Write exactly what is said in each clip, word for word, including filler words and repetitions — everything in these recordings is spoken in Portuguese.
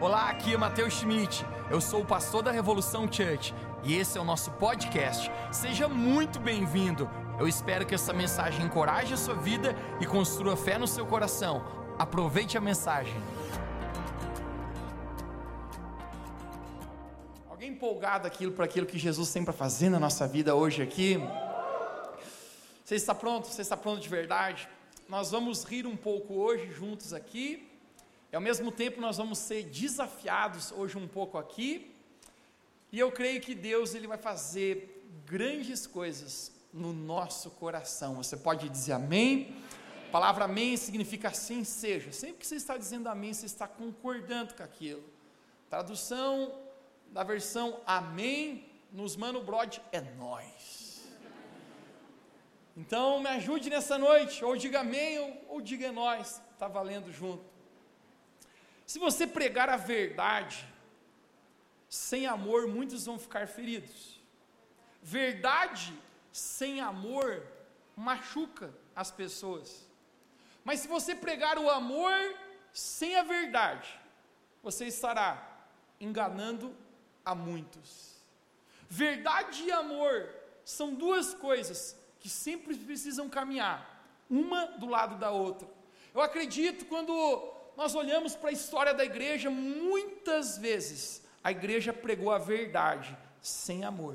Olá, aqui é Matheus Schmidt, eu sou o pastor da Revolução Church e esse é o nosso podcast. Seja muito bem-vindo, eu espero que essa mensagem encoraje a sua vida e construa fé no seu coração. Aproveite a mensagem. Alguém empolgado aquilo por aquilo que Jesus tem para fazer na nossa vida hoje aqui? Você está pronto? Você está pronto de verdade? Nós vamos rir um pouco hoje juntos aqui. E ao mesmo tempo nós vamos ser desafiados hoje um pouco aqui, e eu creio que Deus ele vai fazer grandes coisas no nosso coração. Você pode dizer amém? A palavra amém significa assim seja. Sempre que você está dizendo amém, você está concordando com aquilo. Tradução da versão amém, nos Mano Brode, é nós. Então me ajude nessa noite, ou diga amém, ou, ou diga é nós, está valendo junto. Se você pregar a verdade, sem amor, muitos vão ficar feridos. Verdade sem amor machuca as pessoas. Mas se você pregar o amor sem a verdade, você estará enganando a muitos. Verdade e amor são duas coisas que sempre precisam caminhar, uma do lado da outra. Eu acredito quando nós olhamos para a história da igreja, muitas vezes a igreja pregou a verdade sem amor,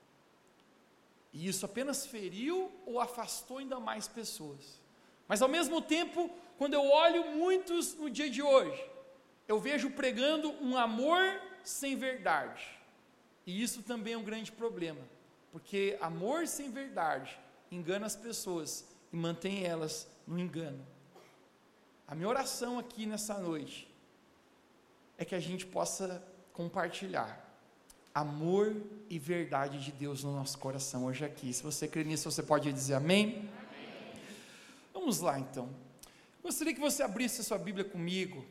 e isso apenas feriu ou afastou ainda mais pessoas. Mas ao mesmo tempo, quando eu olho muitos no dia de hoje, eu vejo pregando um amor sem verdade, e isso também é um grande problema, porque amor sem verdade engana as pessoas e mantém elas no engano. A minha oração aqui nessa noite é que a gente possa compartilhar amor e verdade de Deus no nosso coração hoje aqui. Se você crê nisso, você pode dizer amém? Amém. Vamos lá então. Gostaria que você abrisse a sua Bíblia comigo,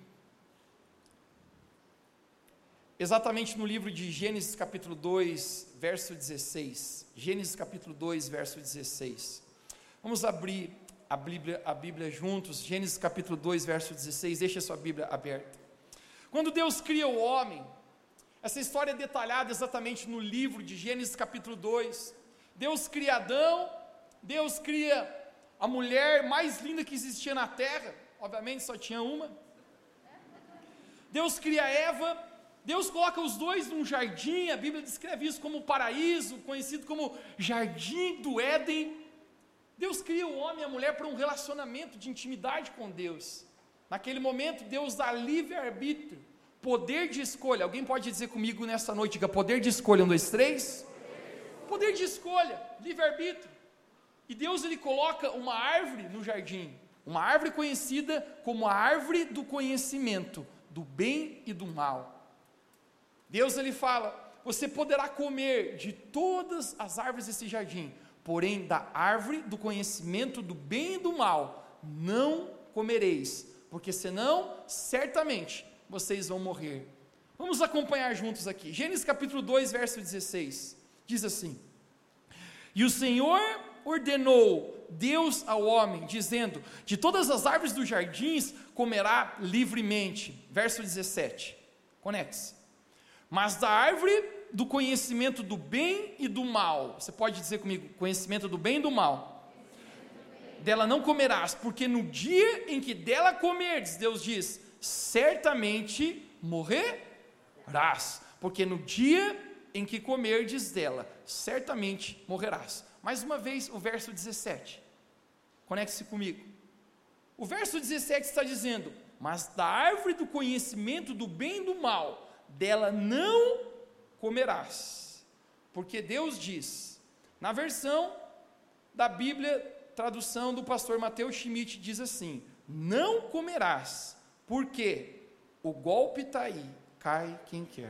exatamente no livro de Gênesis capítulo dois, verso dezesseis. Gênesis capítulo dois, verso dezesseis. Vamos abrir a Bíblia, a Bíblia juntos, Gênesis capítulo dois, verso dezesseis, deixa a sua Bíblia aberta. Quando Deus cria o homem, essa história é detalhada exatamente no livro de Gênesis capítulo dois, Deus cria Adão, Deus cria a mulher mais linda que existia na terra, obviamente só tinha uma, Deus cria Eva, Deus coloca os dois num jardim, a Bíblia descreve isso como paraíso, conhecido como jardim do Éden. Deus cria o homem e a mulher para um relacionamento de intimidade com Deus. Naquele momento, Deus dá livre-arbítrio, poder de escolha. Alguém pode dizer comigo nessa noite, diga poder de escolha, um, dois, três? Poder de escolha, livre-arbítrio. E Deus ele coloca uma árvore no jardim, uma árvore conhecida como a árvore do conhecimento, do bem e do mal. Deus ele fala, você poderá comer de todas as árvores desse jardim, porém da árvore do conhecimento do bem e do mal não comereis, porque senão certamente vocês vão morrer. Vamos acompanhar juntos aqui, Gênesis capítulo dois, verso dezesseis, diz assim: e o Senhor ordenou Deus ao homem, dizendo, de todas as árvores dos jardins comerá livremente. Verso dezessete, conecte-se. Mas da árvore do conhecimento do bem e do mal, você pode dizer comigo, conhecimento do bem e do mal, dela não comerás, porque no dia em que dela comerdes, Deus diz, certamente morrerás, porque no dia em que comerdes dela, certamente morrerás. Mais uma vez o verso dezessete, conecte-se comigo, o verso dezessete está dizendo, mas da árvore do conhecimento do bem e do mal, dela não comerás, porque Deus diz, na versão da Bíblia, tradução do pastor Matheus Schmidt, diz assim, não comerás, porque o golpe está aí, cai quem quer.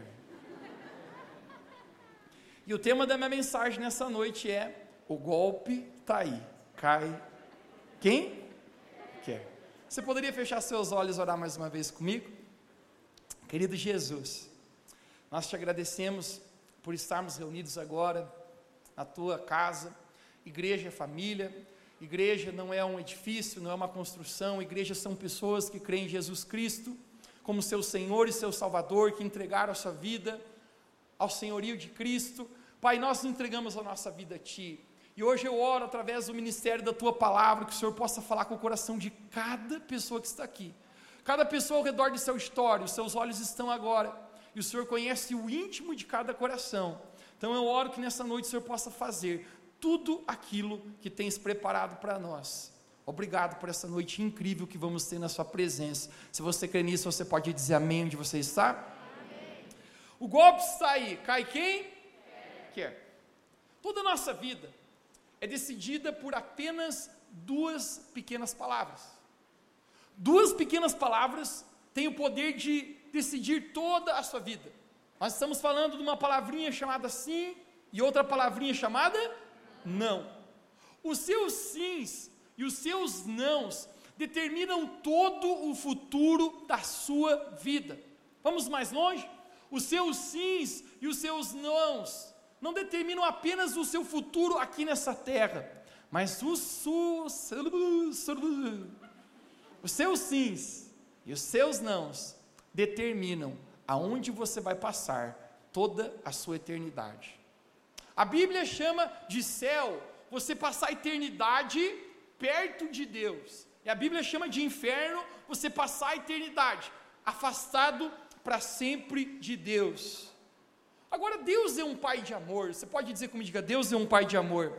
E o tema da minha mensagem nessa noite é, o golpe está aí, cai quem quer. Você poderia fechar seus olhos e orar mais uma vez comigo? Querido Jesus, nós te agradecemos por estarmos reunidos agora na tua casa. Igreja é família, igreja não é um edifício, não é uma construção, igreja são pessoas que creem em Jesus Cristo como seu Senhor e seu Salvador, que entregaram a sua vida ao senhorio de Cristo. Pai, nós entregamos a nossa vida a Ti, e hoje eu oro através do ministério da Tua Palavra, que o Senhor possa falar com o coração de cada pessoa que está aqui, cada pessoa ao redor de seu história. Os seus olhos estão agora, e o Senhor conhece o íntimo de cada coração. Então eu oro que nessa noite o Senhor possa fazer tudo aquilo que tens preparado para nós. Obrigado por essa noite incrível que vamos ter na sua presença. Se você crê nisso, você pode dizer amém onde você está? Amém. O golpe está aí, cai quem? Quer. Quer. Toda a nossa vida é decidida por apenas duas pequenas palavras. Duas pequenas palavras têm o poder de decidir toda a sua vida. Nós estamos falando de uma palavrinha chamada sim e outra palavrinha chamada não. Os seus sims e os seus nãos determinam todo o futuro da sua vida. Vamos mais longe? Os seus sims e os seus nãos não determinam apenas o seu futuro aqui nessa terra, mas os, os, os seus sims e os seus nãos determinam aonde você vai passar toda a sua eternidade. A Bíblia chama de céu você passar a eternidade perto de Deus, e a Bíblia chama de inferno você passar a eternidade afastado para sempre de Deus. Agora, Deus é um Pai de amor. Você pode dizer comigo, diga, Deus é um Pai de amor.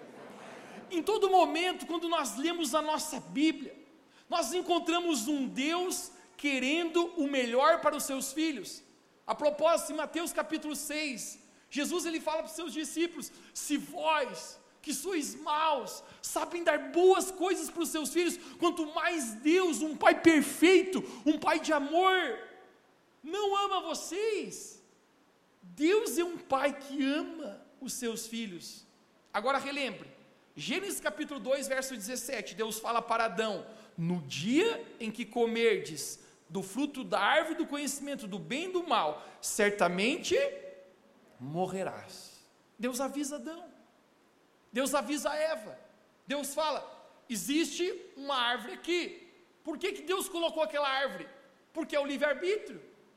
Em todo momento, quando nós lemos a nossa Bíblia, nós encontramos um Deus querendo o melhor para os seus filhos. A propósito, em Mateus capítulo seis, Jesus ele fala para os seus discípulos: se vós, que sois maus, sabem dar boas coisas para os seus filhos, quanto mais Deus, um Pai perfeito, um Pai de amor, não ama vocês. Deus é um Pai que ama os seus filhos. Agora relembre, Gênesis capítulo dois, verso dezessete, Deus fala para Adão: no dia em que comerdes do fruto da árvore do conhecimento do bem e do mal, certamente morrerás. Deus avisa Adão, Deus avisa Eva, Deus fala: existe uma árvore aqui. Por que que Deus colocou aquela árvore? Porque é o livre-arbítrio.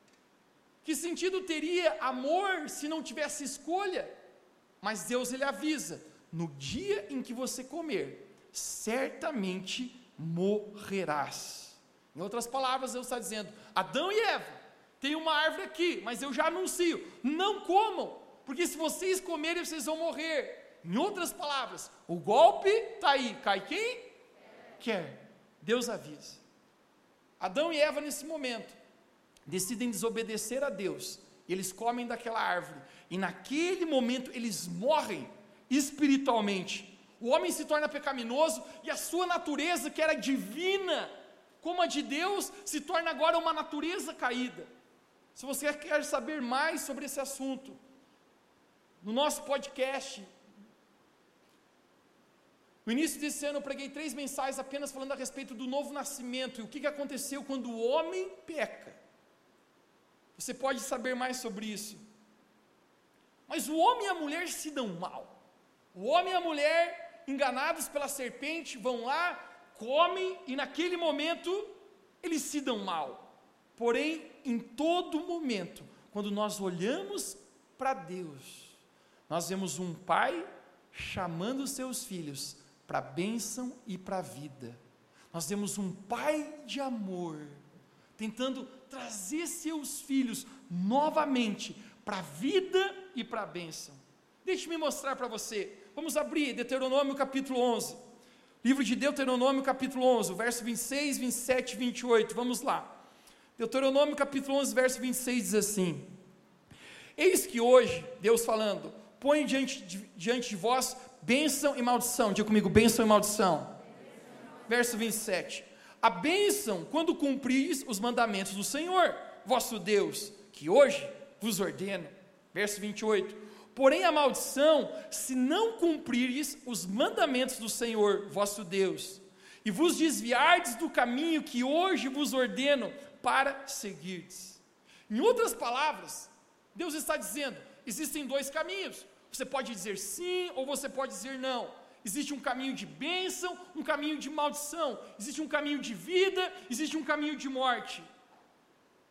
Que sentido teria amor se não tivesse escolha? Mas Deus ele avisa: no dia em que você comer, certamente morrerás. Em outras palavras, Deus está dizendo: Adão e Eva, tem uma árvore aqui, mas eu já anuncio, não comam, porque se vocês comerem, vocês vão morrer. Em outras palavras, o golpe está aí, cai quem? Quer. Deus avisa. Adão e Eva nesse momento decidem desobedecer a Deus, e eles comem daquela árvore, e naquele momento eles morrem espiritualmente. O homem se torna pecaminoso, e a sua natureza, que era divina, como a de Deus, se torna agora uma natureza caída. Se você quer saber mais sobre esse assunto, no nosso podcast, no início desse ano eu preguei três mensagens apenas falando a respeito do novo nascimento, e o que que aconteceu quando o homem peca. Você pode saber mais sobre isso. Mas o homem e a mulher se dão mal. O homem e a mulher, enganados pela serpente, vão lá, comem, e naquele momento, eles se dão mal. Porém, em todo momento, quando nós olhamos para Deus, nós vemos um pai chamando os seus filhos para a bênção e para a vida. Nós vemos um pai de amor, tentando trazer seus filhos novamente para a vida e para a bênção. Deixe-me mostrar para você. Vamos abrir Deuteronômio capítulo onze. Livro de Deuteronômio capítulo onze, verso vinte e seis, vinte e sete e vinte e oito. Vamos lá. Deuteronômio capítulo onze, verso vinte e seis diz assim: eis que hoje, Deus falando, põe diante de, diante de vós bênção e maldição. Diga comigo, bênção e maldição. Verso vinte e sete: a bênção quando cumpris os mandamentos do Senhor, vosso Deus, que hoje vos ordeno. Verso vinte e oito: porém a maldição, se não cumprirdes os mandamentos do Senhor, vosso Deus, e vos desviardes do caminho que hoje vos ordeno para seguirdes. Em outras palavras, Deus está dizendo, existem dois caminhos. Você pode dizer sim ou você pode dizer não. Existe um caminho de bênção, um caminho de maldição. Existe um caminho de vida, existe um caminho de morte.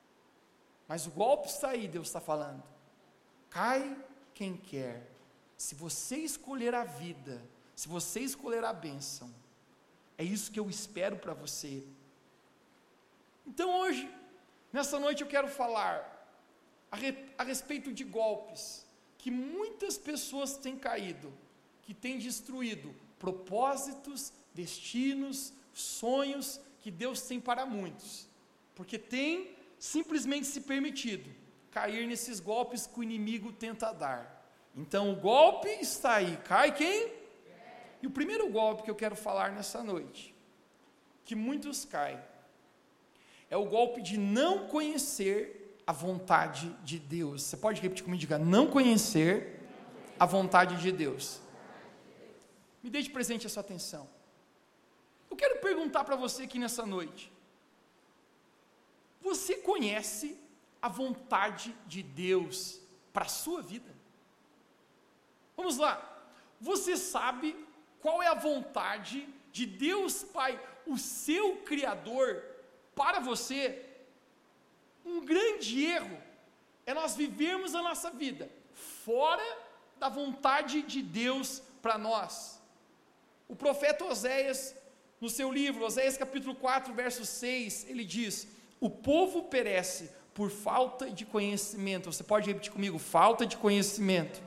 Mas o golpe está aí, Deus está falando. Cai quem quer. Se você escolher a vida, se você escolher a bênção, é isso que eu espero para você. Então hoje, nessa noite eu quero falar a, re, a respeito de golpes que muitas pessoas têm caído, que têm destruído propósitos, destinos, sonhos que Deus tem para muitos, porque tem simplesmente se permitido cair nesses golpes que o inimigo tenta dar. Então o golpe está aí, cai quem? E o primeiro golpe que eu quero falar nessa noite, que muitos caem, é o golpe de não conhecer a vontade de Deus. Você pode repetir comigo? Diga, não conhecer a vontade de Deus. Me deixe presente a sua atenção. Eu quero perguntar para você aqui nessa noite, você conhece a vontade de Deus para a sua vida? Vamos lá, você sabe qual é a vontade de Deus Pai, o seu Criador, para você? Um grande erro é nós vivermos a nossa vida fora da vontade de Deus para nós. O profeta Oséias, no seu livro, Oséias capítulo quatro, verso seis, ele diz: o povo perece por falta de conhecimento. Você pode repetir comigo? Falta de conhecimento.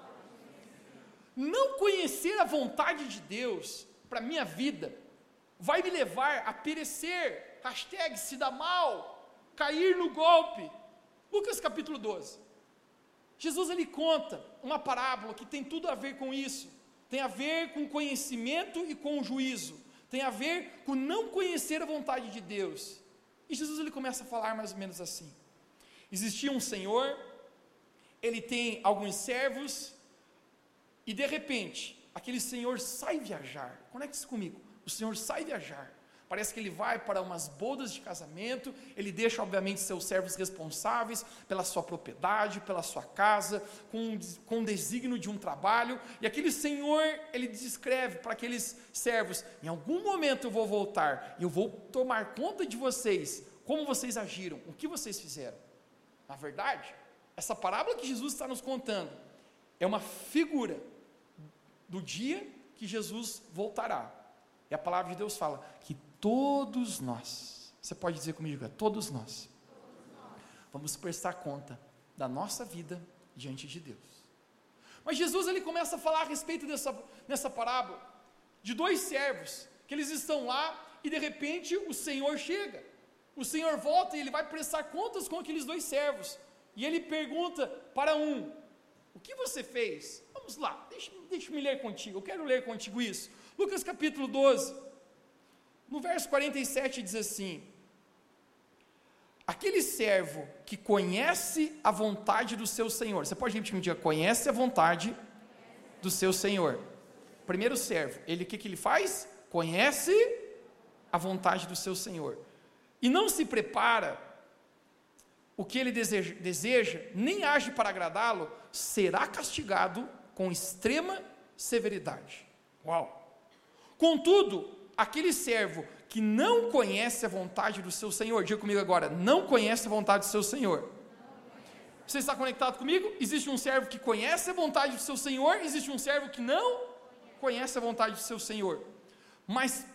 Não conhecer a vontade de Deus para a minha vida vai me levar a perecer, hashtag se dá mal, cair no golpe. Lucas capítulo doze, Jesus ele conta uma parábola que tem tudo a ver com isso, tem a ver com conhecimento e com juízo, tem a ver com não conhecer a vontade de Deus. E Jesus ele começa a falar mais ou menos assim: existia um senhor, ele tem alguns servos, e de repente, aquele senhor sai viajar. Conecte-se comigo, o senhor sai viajar, parece que ele vai para umas bodas de casamento, ele deixa obviamente seus servos responsáveis pela sua propriedade, pela sua casa, com, com o desígnio de um trabalho, e aquele senhor, ele descreve para aqueles servos: em algum momento eu vou voltar, e eu vou tomar conta de vocês, como vocês agiram, o que vocês fizeram. Na verdade, essa parábola que Jesus está nos contando, é uma figura do dia que Jesus voltará. E a palavra de Deus fala que todos nós, você pode dizer comigo, todos nós, vamos prestar conta da nossa vida diante de Deus. Mas Jesus ele começa a falar a respeito dessa, nessa parábola, de dois servos, que eles estão lá, e de repente o Senhor chega, o Senhor volta e ele vai prestar contas com aqueles dois servos, e ele pergunta para um: o que você fez? Vamos lá, deixa, deixa eu me ler contigo, eu quero ler contigo isso. Lucas capítulo doze, no verso quarenta e sete diz assim: aquele servo que conhece a vontade do seu Senhor, você pode repetir um dia, conhece a vontade do seu Senhor. Primeiro servo, ele o que, que ele faz? Conhece a vontade do seu Senhor, e não se prepara o que ele deseja, deseja, nem age para agradá-lo, será castigado com extrema severidade. Uau! Contudo, aquele servo que não conhece a vontade do seu Senhor, diga comigo agora, não conhece a vontade do seu Senhor. Você está conectado comigo? Existe um servo que conhece a vontade do seu Senhor, existe um servo que não conhece a vontade do seu Senhor, mas,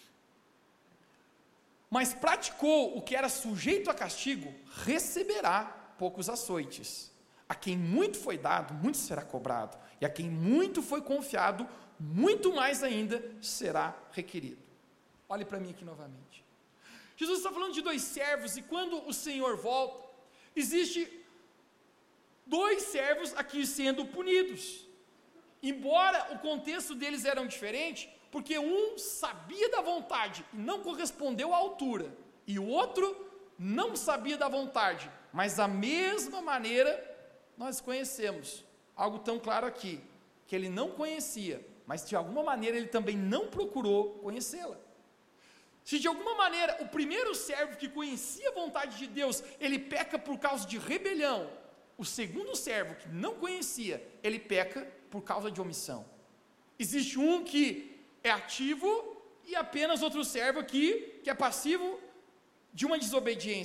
mas praticou o que era sujeito a castigo, receberá poucos açoites. A quem muito foi dado, muito será cobrado, e a quem muito foi confiado, muito mais ainda será requerido. Olhe para mim aqui novamente. Jesus está falando de dois servos, e quando o Senhor volta, existe dois servos aqui sendo punidos, embora o contexto deles era diferente, porque um sabia da vontade e não correspondeu à altura, e o outro não sabia da vontade, mas da mesma maneira nós conhecemos, algo tão claro aqui, que ele não conhecia, mas de alguma maneira ele também não procurou conhecê-la. Se de alguma maneira o primeiro servo que conhecia a vontade de Deus, ele peca por causa de rebelião, o segundo servo que não conhecia, ele peca por causa de omissão. Existe um que é ativo e apenas outro servo aqui que é passivo de uma desobediência.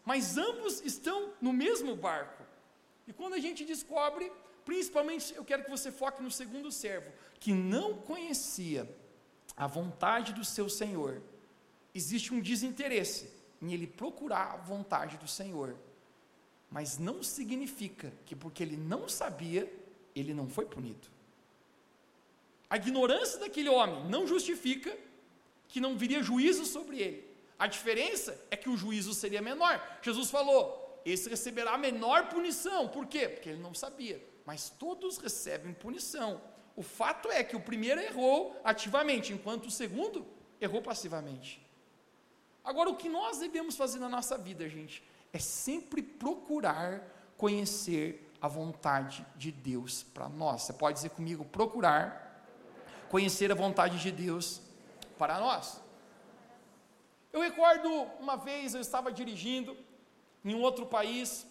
mas ambos estão no mesmo barco. E quando a gente descobre, principalmente eu quero que você foque no segundo servo, que não conhecia a vontade do seu Senhor, existe um desinteresse em ele procurar a vontade do Senhor, mas não significa que porque ele não sabia, ele não foi punido. A ignorância daquele homem não justifica que não viria juízo sobre ele. A diferença é que o juízo seria menor. Jesus falou, esse receberá a menor punição. Por quê? Porque ele não sabia. Mas todos recebem punição. O fato é que o primeiro errou ativamente, enquanto o segundo errou passivamente. Agora, o que nós devemos fazer na nossa vida, gente, é sempre procurar conhecer a vontade de Deus para nós. Você pode dizer comigo, procurar conhecer a vontade de Deus para nós. Eu recordo uma vez, eu estava dirigindo em um outro país,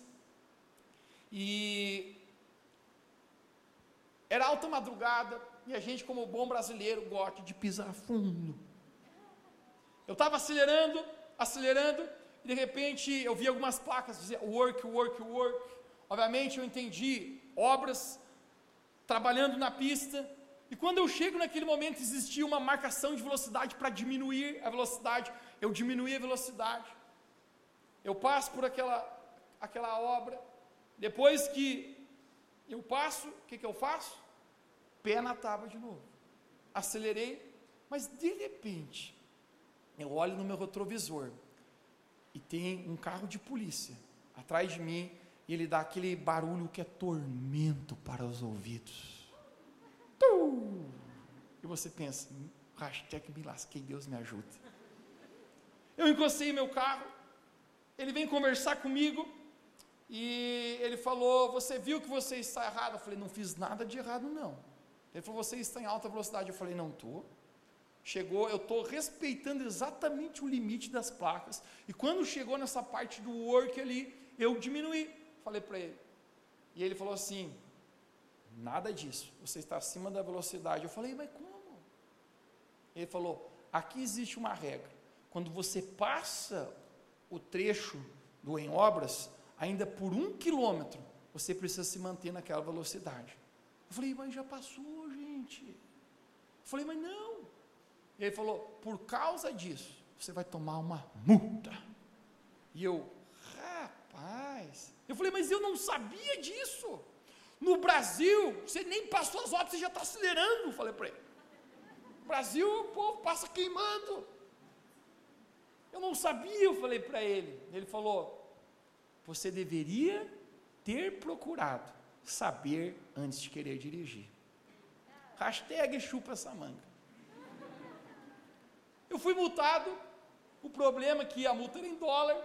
e era alta madrugada, e a gente, como bom brasileiro, gosta de pisar fundo. Eu estava acelerando, acelerando, e de repente eu vi algumas placas, dizia work, work, work. Obviamente eu entendi obras, trabalhando na pista, e quando eu chego naquele momento, existia uma marcação de velocidade para diminuir a velocidade. Eu diminuí a velocidade, eu passo por aquela, aquela obra. Depois que eu passo, o que, que eu faço? Pé na tábua de novo, acelerei, mas de repente, eu olho no meu retrovisor, e tem um carro de polícia atrás de mim, e ele dá aquele barulho que é tormento para os ouvidos. E você pensa, hashtag me lasquei, Deus me ajuda. Eu encostei meu carro, ele vem conversar comigo, e ele falou, você viu que você está errado? Eu falei, não fiz nada de errado não. Ele falou, você está em alta velocidade. Eu falei, não estou. Chegou, eu estou respeitando exatamente o limite das placas, e quando chegou nessa parte do work ali, eu diminuí, falei para ele, e ele falou assim, nada disso, você está acima da velocidade. Eu falei, mas como? Ele falou, aqui existe uma regra, quando você passa o trecho do em obras, ainda por um quilômetro, você precisa se manter naquela velocidade. Eu falei, mas já passou, gente. Eu falei, mas não. Ele falou, por causa disso, você vai tomar uma multa. E eu, rapaz, eu falei, mas eu não sabia disso. No Brasil, você nem passou as obras, você já está acelerando. Eu falei para ele, no Brasil o povo passa queimando. Eu não sabia, eu falei para ele. Ele falou, você deveria ter procurado saber antes de querer dirigir. Hashtag chupa essa manga. Eu fui multado, o problema é que a multa era em dólar.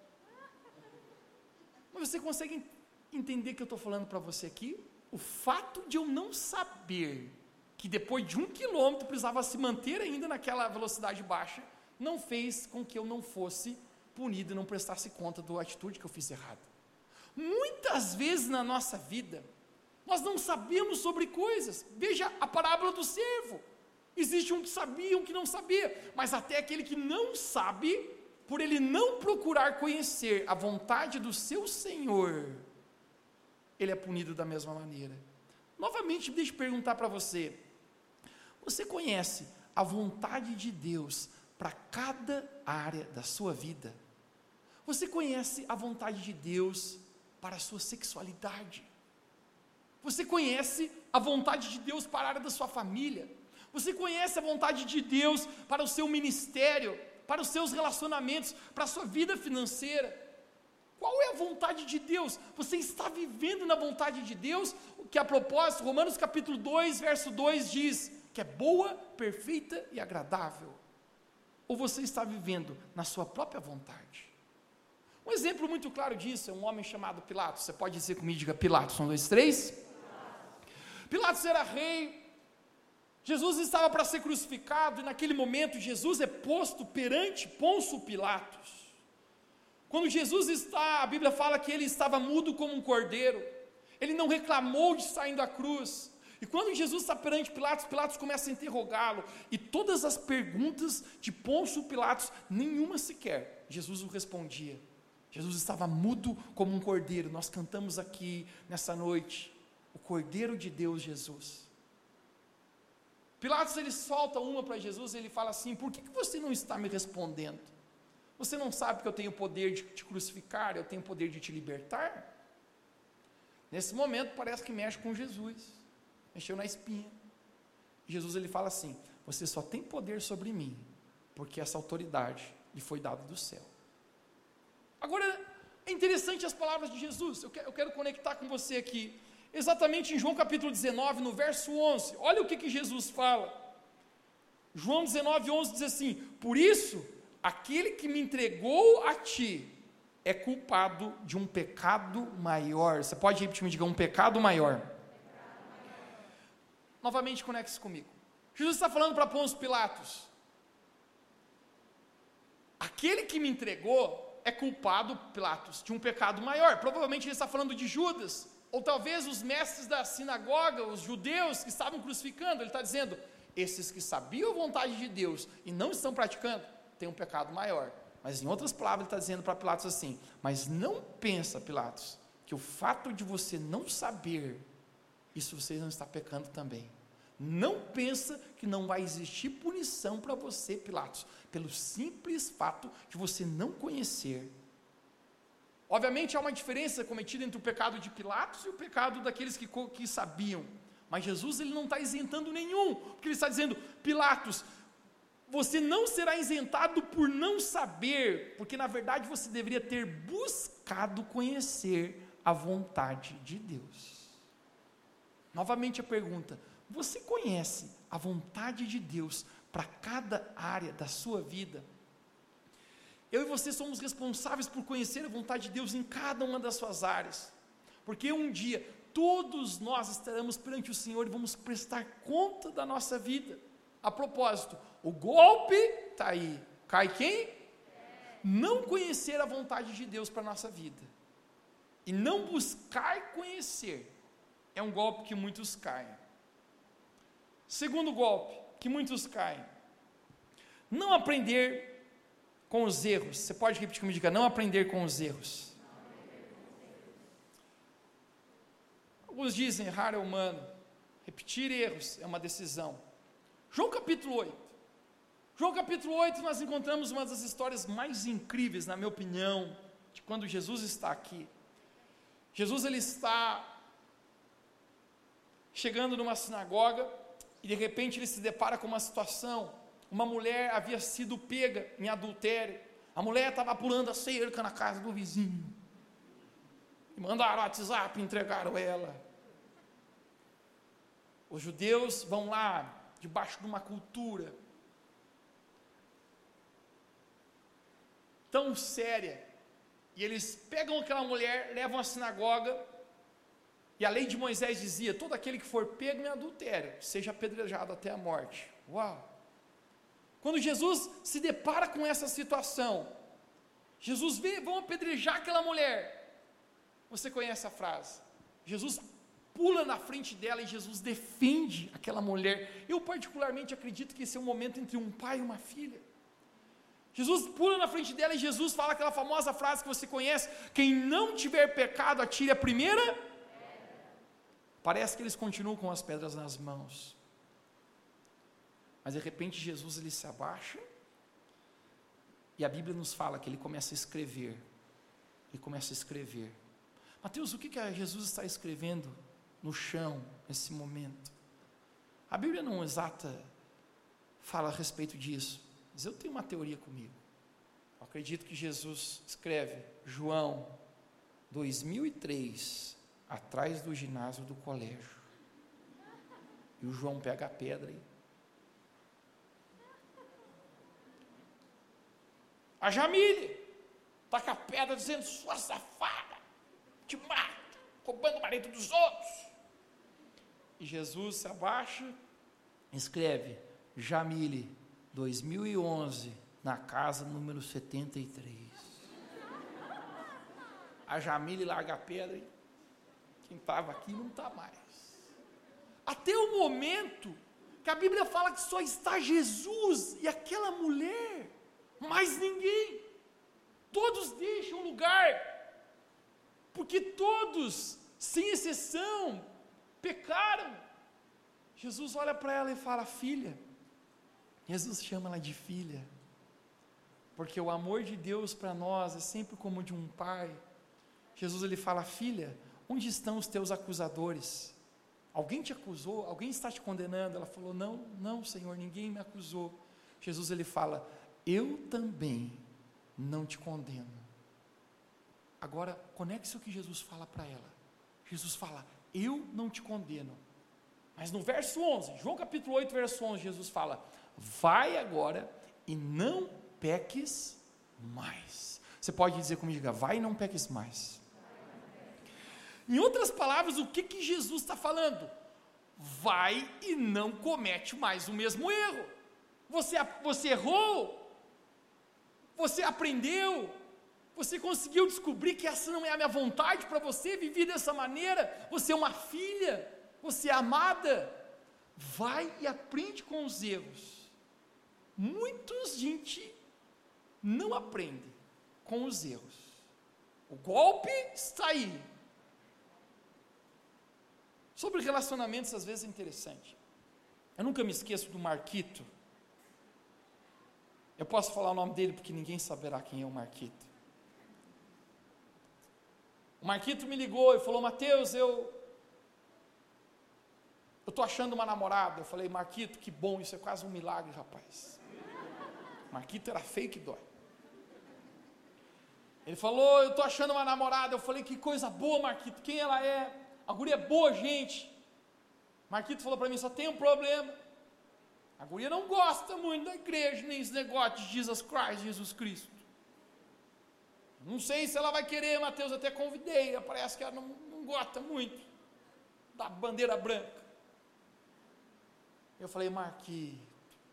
Mas você consegue entender que eu estou falando para você aqui? O fato de eu não saber que depois de um quilômetro precisava se manter ainda naquela velocidade baixa, não fez com que eu não fosse punido e não prestasse conta da atitude que eu fiz errada. Muitas vezes na nossa vida, nós não sabemos sobre coisas. Veja a parábola do servo. Existe um que sabia e um que não sabia, mas até aquele que não sabe, por ele não procurar conhecer a vontade do seu Senhor, ele é punido da mesma maneira. Novamente, deixa eu perguntar para você, você conhece a vontade de Deus para cada área da sua vida? Você conhece a vontade de Deus para a sua sexualidade? Você conhece a vontade de Deus para a área da sua família? Você conhece a vontade de Deus para o seu ministério, para os seus relacionamentos, para a sua vida financeira? Qual é a vontade de Deus? Você está vivendo na vontade de Deus? Que a propósito, Romanos capítulo dois, verso dois diz, que é boa, perfeita e agradável. Ou você está vivendo na sua própria vontade? Um exemplo muito claro disso é um homem chamado Pilatos. Você pode dizer comigo, diga Pilatos, um, dois, três. Pilatos era rei. Jesus estava para ser crucificado, e naquele momento Jesus é posto perante Pôncio Pilatos. Quando Jesus está, a Bíblia fala que ele estava mudo como um cordeiro, ele não reclamou de saindo da cruz, e quando Jesus está perante Pilatos, Pilatos começa a interrogá-lo, e todas as perguntas de Pôncio Pilatos, nenhuma sequer, Jesus o respondia. Jesus estava mudo como um cordeiro. Nós cantamos aqui nessa noite, o Cordeiro de Deus, Jesus. Pilatos, ele solta uma para Jesus, ele fala assim: por que, que você não está me respondendo? Você não sabe que eu tenho o poder de te crucificar, eu tenho o poder de te libertar? Nesse momento parece que mexe com Jesus, mexeu na espinha. Jesus, ele fala assim: você só tem poder sobre mim, porque essa autoridade lhe foi dada do céu. Agora, é interessante as palavras de Jesus, eu quero, eu quero conectar com você aqui, exatamente em João capítulo dezenove, no verso onze, olha o que, que Jesus fala. João dezenove, onze diz assim: por isso, aquele que me entregou a ti, é culpado de um pecado maior. Você pode repetir, me diga, um pecado maior. Pecado maior. Novamente, conecte-se comigo. Jesus está falando para Pôncio Pilatos: aquele que me entregou é culpado, Pilatos, de um pecado maior. Provavelmente ele está falando de Judas, ou talvez os mestres da sinagoga, os judeus que estavam crucificando. Ele está dizendo: esses que sabiam a vontade de Deus e não estão praticando, têm um pecado maior. Mas em outras palavras ele está dizendo para Pilatos assim: mas não pensa, Pilatos, que o fato de você não saber, isso você não está pecando também. Não pensa que não vai existir punição para você, Pilatos, pelo simples fato de você não conhecer. Obviamente há uma diferença cometida entre o pecado de Pilatos e o pecado daqueles que, que sabiam, mas Jesus, ele não está isentando nenhum, porque ele está dizendo: Pilatos, você não será isentado por não saber, porque na verdade você deveria ter buscado conhecer a vontade de Deus. Novamente a pergunta: você conhece a vontade de Deus para cada área da sua vida? Eu e você somos responsáveis por conhecer a vontade de Deus em cada uma das suas áreas, porque um dia todos nós estaremos perante o Senhor e vamos prestar conta da nossa vida. A propósito, o golpe está aí. Cai quem? Não conhecer a vontade de Deus para a nossa vida, e não buscar conhecer, é um golpe que muitos caem. Segundo golpe que muitos caem: não aprender com os erros. Você pode repetir comigo, diga: não aprender com os erros. Alguns dizem: errar é humano, repetir erros é uma decisão. João capítulo oito. João capítulo oito, nós encontramos uma das histórias mais incríveis, na minha opinião, de quando Jesus está aqui. Jesus, ele está chegando numa sinagoga, e de repente ele se depara com uma situação. Uma mulher havia sido pega em adultério. A mulher estava pulando a cerca na casa do vizinho, e mandaram o WhatsApp e entregaram ela. Os judeus vão lá, debaixo de uma cultura tão séria, e eles pegam aquela mulher, levam à sinagoga, e a lei de Moisés dizia: todo aquele que for pego em adultério, seja apedrejado até a morte. Uau! Quando Jesus se depara com essa situação, Jesus vê, vão apedrejar aquela mulher. Você conhece a frase? Jesus pula na frente dela e Jesus defende aquela mulher. Eu particularmente acredito que esse é um momento entre um pai e uma filha. Jesus pula na frente dela e Jesus fala aquela famosa frase que você conhece: quem não tiver pecado, atire a primeira. Parece que eles continuam com as pedras nas mãos, mas de repente Jesus, ele se abaixa, e a Bíblia nos fala que ele começa a escrever. Ele começa a escrever. Mateus, o que, que Jesus está escrevendo no chão nesse momento? A Bíblia não exata fala a respeito disso, mas eu tenho uma teoria comigo. Eu acredito que Jesus escreve João dois mil e três, atrás do ginásio do colégio, e o João pega a pedra e a Jamile está com a pedra dizendo: sua safada, te mato, roubando o marido dos outros. E Jesus se abaixa e escreve: Jamile, dois mil e onze, na casa número setenta e três. A Jamile larga a pedra e quem estava aqui não está mais. Até o momento que a Bíblia fala que só está Jesus e aquela mulher, mais ninguém. Todos deixam o lugar, porque todos, sem exceção, pecaram. Jesus olha para ela e fala: filha. Jesus chama ela de filha, porque o amor de Deus para nós é sempre como de um pai. Jesus ele fala: filha, onde estão os teus acusadores? Alguém te acusou? Alguém está te condenando? Ela falou: não, não, Senhor, ninguém me acusou. Jesus ele fala: eu também não te condeno. Agora, conecte-se o que Jesus fala para ela. Jesus fala: eu não te condeno. Mas no verso onze, João capítulo oito, verso onze, Jesus fala: vai agora e não peques mais. Você pode dizer comigo, diga: vai e não peques mais. Em outras palavras, o que que Jesus está falando? Vai e não comete mais o mesmo erro. Você, você errou, você aprendeu, você conseguiu descobrir que essa não é a minha vontade para você, viver dessa maneira, você é uma filha, você é amada, vai e aprende com os erros. Muitos gente não aprende com os erros, o golpe está aí. Sobre relacionamentos, às vezes é interessante, eu nunca me esqueço do Marquito. Eu posso falar o nome dele porque ninguém saberá quem é o Marquito. O Marquito me ligou e falou: Mateus, eu eu estou achando uma namorada. Eu falei: Marquito, que bom, isso é quase um milagre, rapaz. Marquito era feio que dói. Ele falou: eu estou achando uma namorada. Eu falei: que coisa boa, Marquito, quem ela é? A guria é boa, gente. Marquito falou para mim: só tem um problema, a guria não gosta muito da igreja, nem esse negócio de Jesus Christ, Jesus Cristo. Não sei se ela vai querer, Mateus, até convidei, parece que ela não, não gosta muito da bandeira branca. Eu falei: Marquito,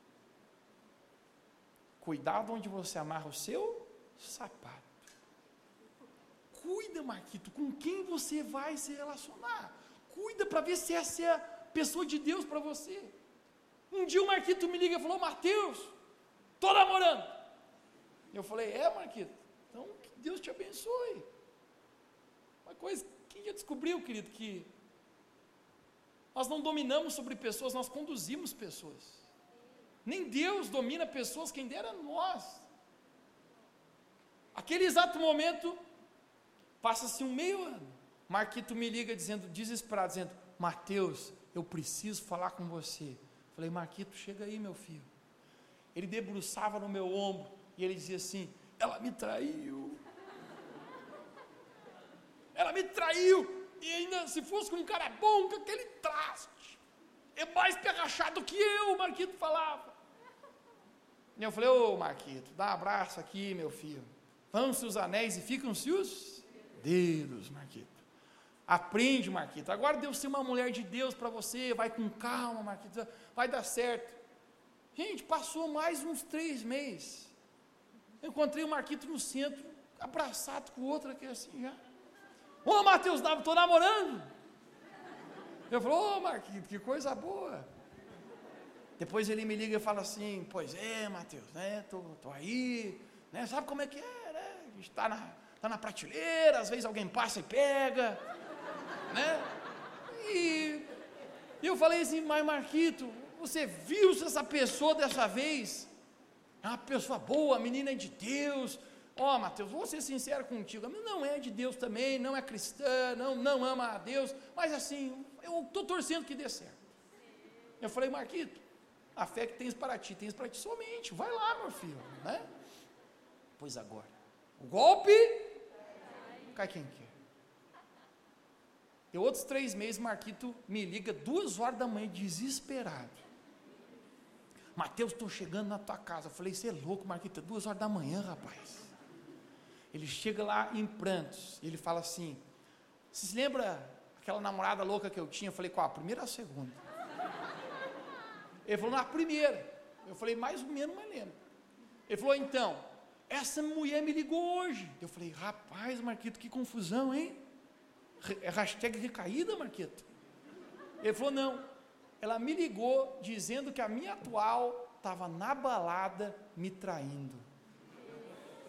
cuidado onde você amarra o seu sapato. Cuida, Marquito, com quem você vai se relacionar. Cuida para ver se essa é a pessoa de Deus para você. Um dia o Marquito me liga e falou: Mateus, estou namorando. Eu falei: é, Marquito, então que Deus te abençoe. Uma coisa, quem já descobriu, querido, que nós não dominamos sobre pessoas, nós conduzimos pessoas. Nem Deus domina pessoas, quem dera nós. Aquele exato momento, passa-se um meio ano, Marquito me liga dizendo, desesperado, dizendo: Mateus, eu preciso falar com você. Falei: Marquito, chega aí, meu filho. Ele debruçava no meu ombro e ele dizia assim: ela me traiu. Ela me traiu. E ainda, se fosse com um cara bom, com aquele traste, é mais perrachado que eu, o Marquito falava. E eu falei: ô Marquito, dá um abraço aqui, meu filho. Vão-se os anéis e ficam-se os dedos, Marquito. Aprende, Marquito. Agora deu ser uma mulher de Deus para você. Vai com calma, Marquito. Vai dar certo. Gente, passou mais uns três meses. Eu encontrei o Marquito no centro, abraçado com o outro aqui assim já. Ô, Mateus, estou namorando. Eu falei: ô, Marquito, que coisa boa. Depois ele me liga e fala assim: pois é, Mateus, né? Tô, tô aí, né? Sabe como é que é, né? A gente está na, tá na prateleira, às vezes alguém passa e pega, né? E, e eu falei assim: mas Marquito, você viu se essa pessoa dessa vez é uma pessoa boa, a menina é de Deus? Ó, oh, Mateus, vou ser sincero contigo, a menina não é de Deus também, não é cristã, não, não ama a Deus, mas assim, eu estou torcendo que dê certo. Eu falei: Marquito, a fé que tens para ti, tens para ti somente, vai lá, meu filho, né? Pois agora, o golpe cai quem quer. E outros três meses, Marquito me liga duas horas da manhã, desesperado: Mateus, estou chegando na tua casa. Eu falei: você é louco, Marquito, é duas horas da manhã, rapaz. Ele chega lá em prantos, e ele fala assim: você se lembra aquela namorada louca que eu tinha? Eu falei: qual? A primeira ou a segunda? Ele falou: na primeira. Eu falei: mais ou menos, mas lembro. Ele falou: então, essa mulher me ligou hoje. Eu falei: rapaz, Marquito, que confusão, hein? É hashtag recaída, Marquito? Ele falou: não, ela me ligou dizendo que a minha atual estava na balada me traindo.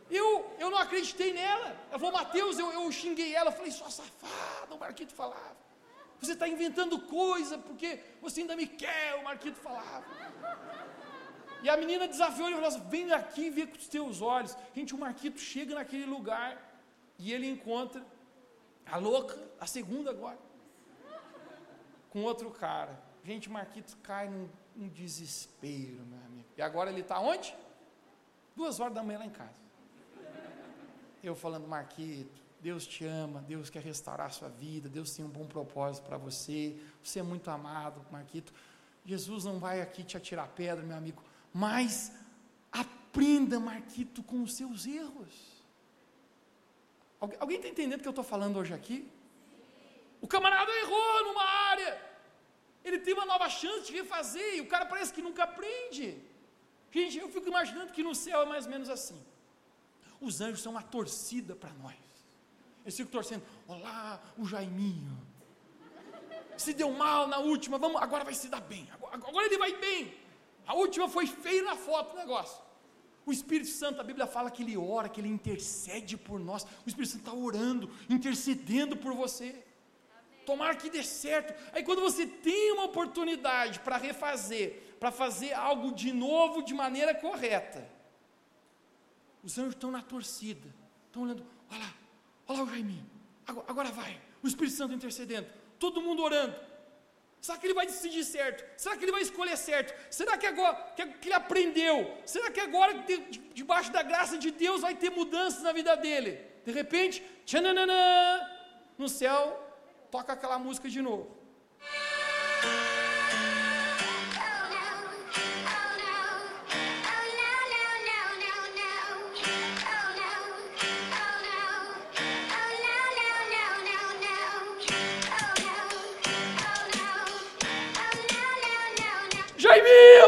Eu, eu não acreditei nela. Ela falou, Mateus, eu, eu xinguei ela, eu falei, sua safada, o Marquito falava. Você está inventando coisa, porque você ainda me quer, o Marquito falava. E a menina desafiou ele e falou assim, vem aqui e vê com os teus olhos. Gente, o Marquito chega naquele lugar e ele encontra a louca, a segunda agora, com outro cara. Gente, o Marquito cai num, num desespero, meu amigo. E agora ele está onde? Duas horas da manhã lá em casa. Eu falando, Marquito, Deus te ama, Deus quer restaurar a sua vida, Deus tem um bom propósito para você, você é muito amado, Marquito. Jesus não vai aqui te atirar pedra, meu amigo, mas aprenda, Marquito, com os seus erros. Algu- alguém está entendendo o que eu estou falando hoje aqui? O camarada errou numa área, ele tem uma nova chance de refazer, e o cara parece que nunca aprende. Gente, eu fico imaginando que no céu é mais ou menos assim. Os anjos são uma torcida para nós. Eles ficam torcendo, olá, o Jaiminho. Se deu mal na última, vamos, agora vai se dar bem. Agora, agora ele vai bem. A última foi feio na foto o negócio. O Espírito Santo, a Bíblia fala que ele ora, que ele intercede por nós. O Espírito Santo está orando, intercedendo por você. Tomara que dê certo. Aí quando você tem uma oportunidade para refazer, para fazer algo de novo de maneira correta, os anjos estão na torcida, estão olhando, olha lá, olha lá o Jaiminho, agora, agora vai, o Espírito Santo intercedendo, todo mundo orando. Será que ele vai decidir certo? Será que ele vai escolher certo? Será que agora que, que ele aprendeu? Será que agora, de, de, debaixo da graça de Deus, vai ter mudanças na vida dele? De repente, tchananã, no céu, toca aquela música de novo. Jaiminho!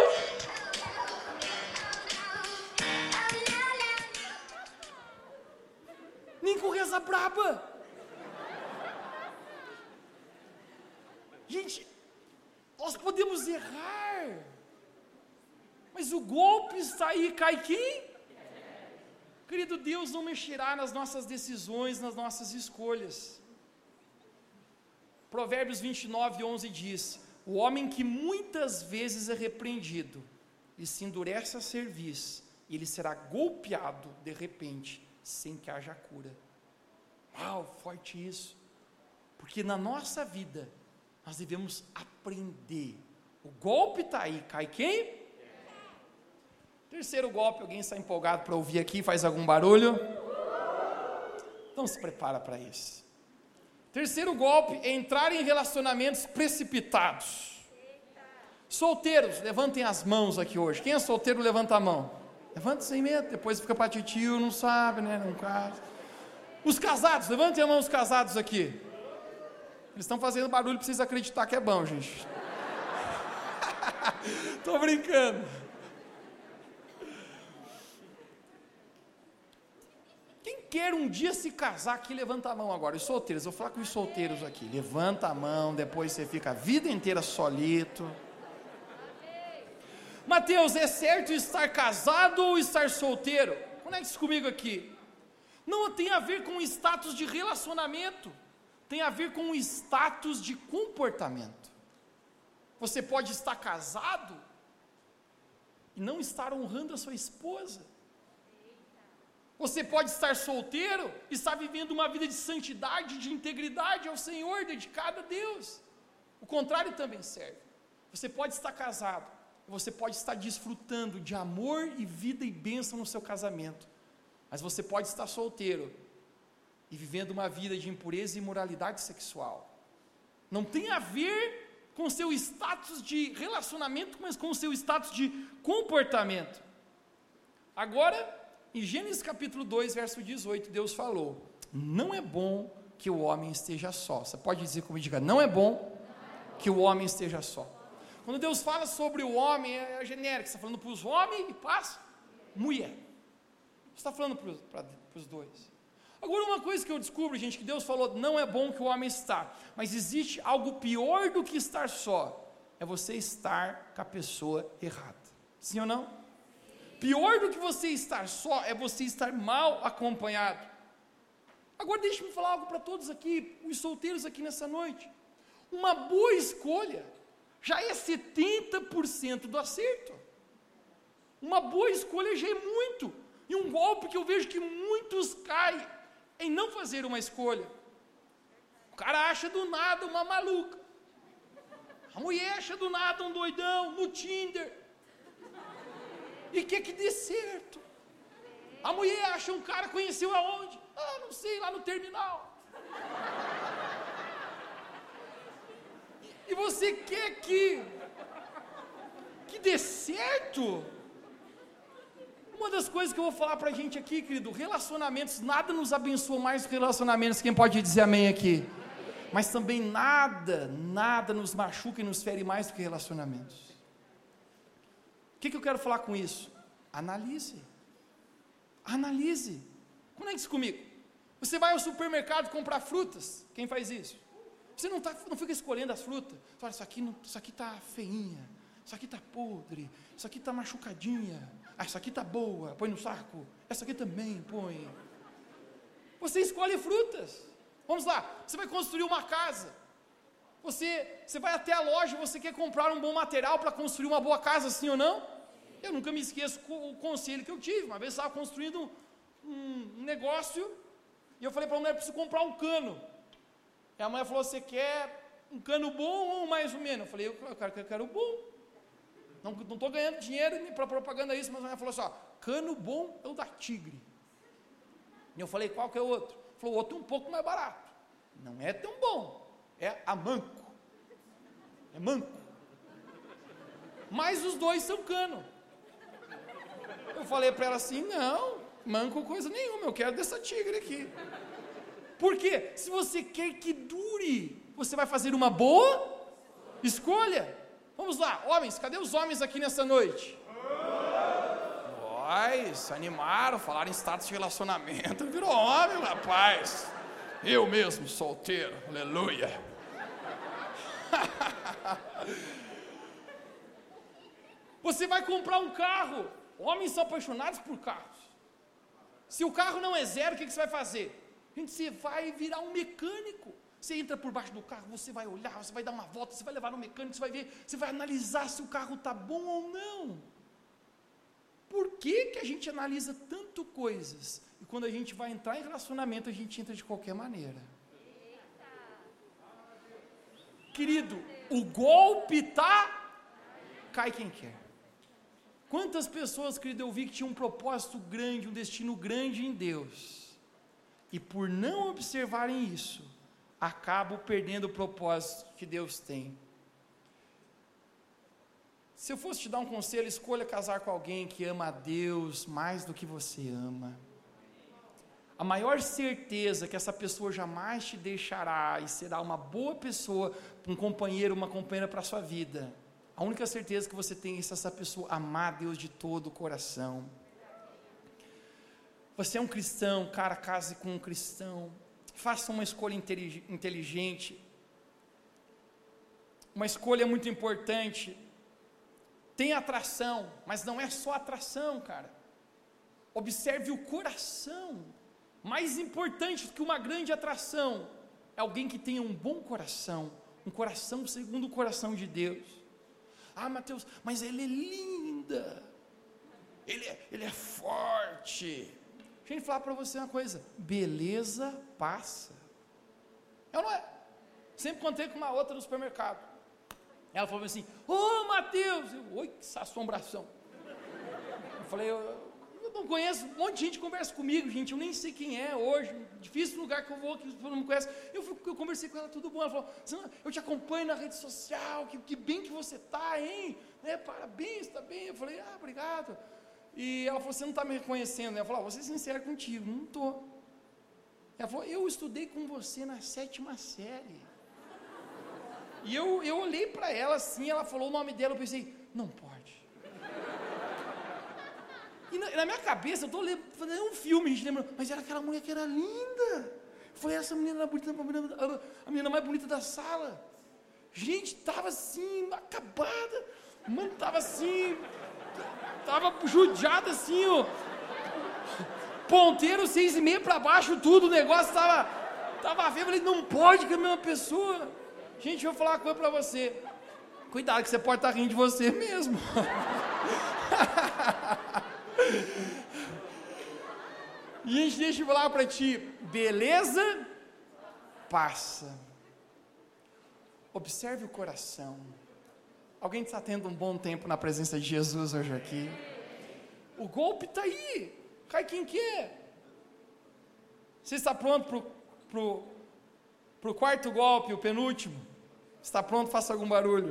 Nem com reza braba. Gente, nós podemos errar, mas o golpe está aí, cai quem? Querido, Deus não mexerá nas nossas decisões, nas nossas escolhas. Provérbios vinte e nove, onze diz, o homem que muitas vezes é repreendido e se endurece a cerviz, ele será golpeado de repente, sem que haja cura. Uau, forte isso, porque na nossa vida, nós devemos aprender, o golpe está aí, cai quem? Terceiro golpe, alguém está empolgado para ouvir aqui, faz algum barulho? Então se prepara para isso. Terceiro golpe é entrar em relacionamentos precipitados. Solteiros, levantem as mãos aqui hoje. Quem é solteiro, levanta a mão. Levanta sem medo, depois fica para titio, não sabe, né? Não caso. Os casados, levantem a mão os casados aqui. Eles estão fazendo barulho para vocês acreditar que é bom, gente. Estou brincando. Quem quer um dia se casar aqui, levanta a mão agora. Os solteiros, eu vou falar com os solteiros aqui. Levanta a mão, depois você fica a vida inteira solito. Mateus, é certo estar casado ou estar solteiro? Conecte isso comigo aqui. Não tem a ver com status de relacionamento, tem a ver com status de comportamento. Você pode estar casado e não estar honrando a sua esposa. Você pode estar solteiro e estar vivendo uma vida de santidade, de integridade ao Senhor, dedicado a Deus. O contrário também serve. Você pode estar casado, você pode estar desfrutando de amor e vida e bênção no seu casamento, mas você pode estar solteiro e vivendo uma vida de impureza e imoralidade sexual. Não tem a ver com o seu status de relacionamento, mas com o seu status de comportamento. Agora, em Gênesis capítulo dois, verso dezoito, Deus falou, não é bom que o homem esteja só. Você pode dizer comigo, diga, não é bom que o homem esteja só. Quando Deus fala sobre o homem, é genérico, você está falando para os homens e para as mulheres. Você está falando para os dois. Agora, uma coisa que eu descubro, gente, que Deus falou, não é bom que o homem está, mas existe algo pior do que estar só, é você estar com a pessoa errada. Sim ou não? Pior do que você estar só é você estar mal acompanhado. Agora deixe-me falar algo para todos aqui, os solteiros aqui nessa noite. Uma boa escolha já é setenta por cento do acerto. Uma boa escolha já é muito. E um golpe que eu vejo que muitos caem em não fazer uma escolha. O cara acha do nada uma maluca. A mulher acha do nada um doidão no Tinder. E quer que dê certo. A mulher acha um cara, conheceu aonde? Ah, não sei, lá no terminal. E você quer que que dê certo? Uma das coisas que eu vou falar pra gente aqui, querido, relacionamentos, nada nos abençoa mais do que relacionamentos, quem pode dizer amém aqui? Mas também nada, nada nos machuca e nos fere mais do que relacionamentos. O que, que eu quero falar com isso? Analise. Analise. Conecte isso comigo. Você vai ao supermercado comprar frutas. Quem faz isso? Você não, tá, não fica escolhendo as frutas. Você fala, isso aqui, não, isso aqui tá feinha. Isso aqui tá podre. Isso aqui tá machucadinha. Ah, isso aqui tá boa. Põe no saco. Essa aqui também põe. Você escolhe frutas. Vamos lá. Você vai construir uma casa. Você, você vai até a loja, você quer comprar um bom material para construir uma boa casa, sim ou não? Eu nunca me esqueço o conselho que eu tive. Uma vez eu estava construindo um, um negócio, e eu falei para a mulher, preciso comprar um cano. E a mulher falou, você quer um cano bom ou mais ou menos? Eu falei, eu quero, eu quero bom. Não estou ganhando dinheiro para propaganda isso, mas a mulher falou assim, ó, cano bom é o da Tigre. E eu falei, qual que é o outro? Falou, o outro é um pouco mais barato. Não é tão bom. É a Manco. É Manco. Mas os dois são cano. Eu falei para ela assim, não, Manco coisa nenhuma, eu quero dessa Tigre aqui. Por quê? Se você quer que dure, você vai fazer uma boa escolha. Vamos lá, homens, cadê os homens aqui nessa noite? Ai, se animaram, falaram em status de relacionamento, virou homem, rapaz. Eu mesmo, solteiro, aleluia. Você vai comprar um carro. Homens são apaixonados por carros. Se o carro não é zero, o que, que você vai fazer? Gente, você vai virar um mecânico. Você entra por baixo do carro, você vai olhar, você vai dar uma volta, você vai levar no mecânico, você vai ver, você vai analisar se o carro está bom ou não. Por que, que a gente analisa tanto coisas? E quando a gente vai entrar em relacionamento, a gente entra de qualquer maneira. Querido, o golpe tá, cai quem quer. Quantas pessoas, querido, eu vi que tinham um propósito grande, um destino grande em Deus, e por não observarem isso, acabam perdendo o propósito que Deus tem. Se eu fosse te dar um conselho, escolha casar com alguém que ama a Deus mais do que você ama. A maior certeza que essa pessoa jamais te deixará e será uma boa pessoa, um companheiro, uma companheira para a sua vida. A única certeza que você tem é se essa pessoa amar a Deus de todo o coração. Você é um cristão, cara, case com um cristão. Faça uma escolha inteligente. Uma escolha muito importante. Tem atração, mas não é só atração, cara. Observe o coração. Mais importante do que uma grande atração é alguém que tenha um bom coração, um coração segundo o coração de Deus. Ah, Mateus, mas ele é linda, ele é, ele é forte. Deixa eu falar para você uma coisa, beleza passa. Eu não é. Sempre contei com uma outra no supermercado. Ela falou assim, ô oh, Mateus, eu, oi, que assombração. Eu falei, eu, eu não conheço, um monte de gente conversa comigo, gente, eu nem sei quem é hoje, difícil lugar que eu vou, que todo mundo me conhece. Eu, fui, eu conversei com ela, tudo bom, ela falou, eu te acompanho na rede social, que, que bem que você está, hein, é, parabéns, está bem. Eu falei, ah, obrigado. E ela falou, você não está me reconhecendo? Ela falou, ah, vou ser sincera contigo, não estou. Ela falou, eu estudei com você na sétima série. E eu, eu olhei para ela assim, ela falou o nome dela, eu pensei, não pode. E na, na minha cabeça, eu estou fazendo um filme, a gente lembra, mas era aquela mulher que era linda. Eu falei, essa menina era bonita, a menina mais bonita da sala. Gente, estava assim, acabada. Mano, estava assim, Tava judiado assim, o ponteiro seis e meia para baixo, tudo, o negócio tava, tava feio. Eu falei, não pode que é a mesma pessoa. Gente, eu vou falar uma coisa para você. Cuidado que você pode estar rindo de você mesmo. Gente, deixa eu falar para ti, beleza passa. Observe o coração. Alguém está tendo um bom tempo na presença de Jesus hoje aqui? O golpe está aí, cai quem quer. Você está pronto para o pro, pro quarto golpe, o penúltimo? Está pronto? Faça algum barulho.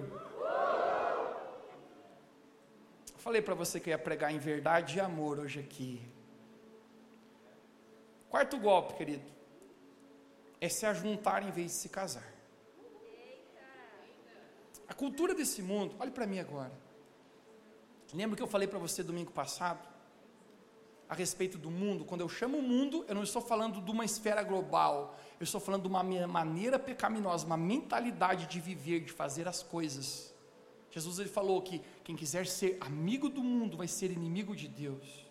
Falei para você que eu ia pregar em verdade e amor hoje aqui. Quarto golpe, querido, é se ajuntar em vez de se casar. A cultura desse mundo, olhe para mim agora. Lembra que eu falei para você domingo passado, a respeito do mundo? Quando eu chamo mundo, eu não estou falando de uma esfera global, eu estou falando de uma maneira pecaminosa, uma mentalidade de viver, de fazer as coisas. Jesus ele falou que quem quiser ser amigo do mundo vai ser inimigo de Deus.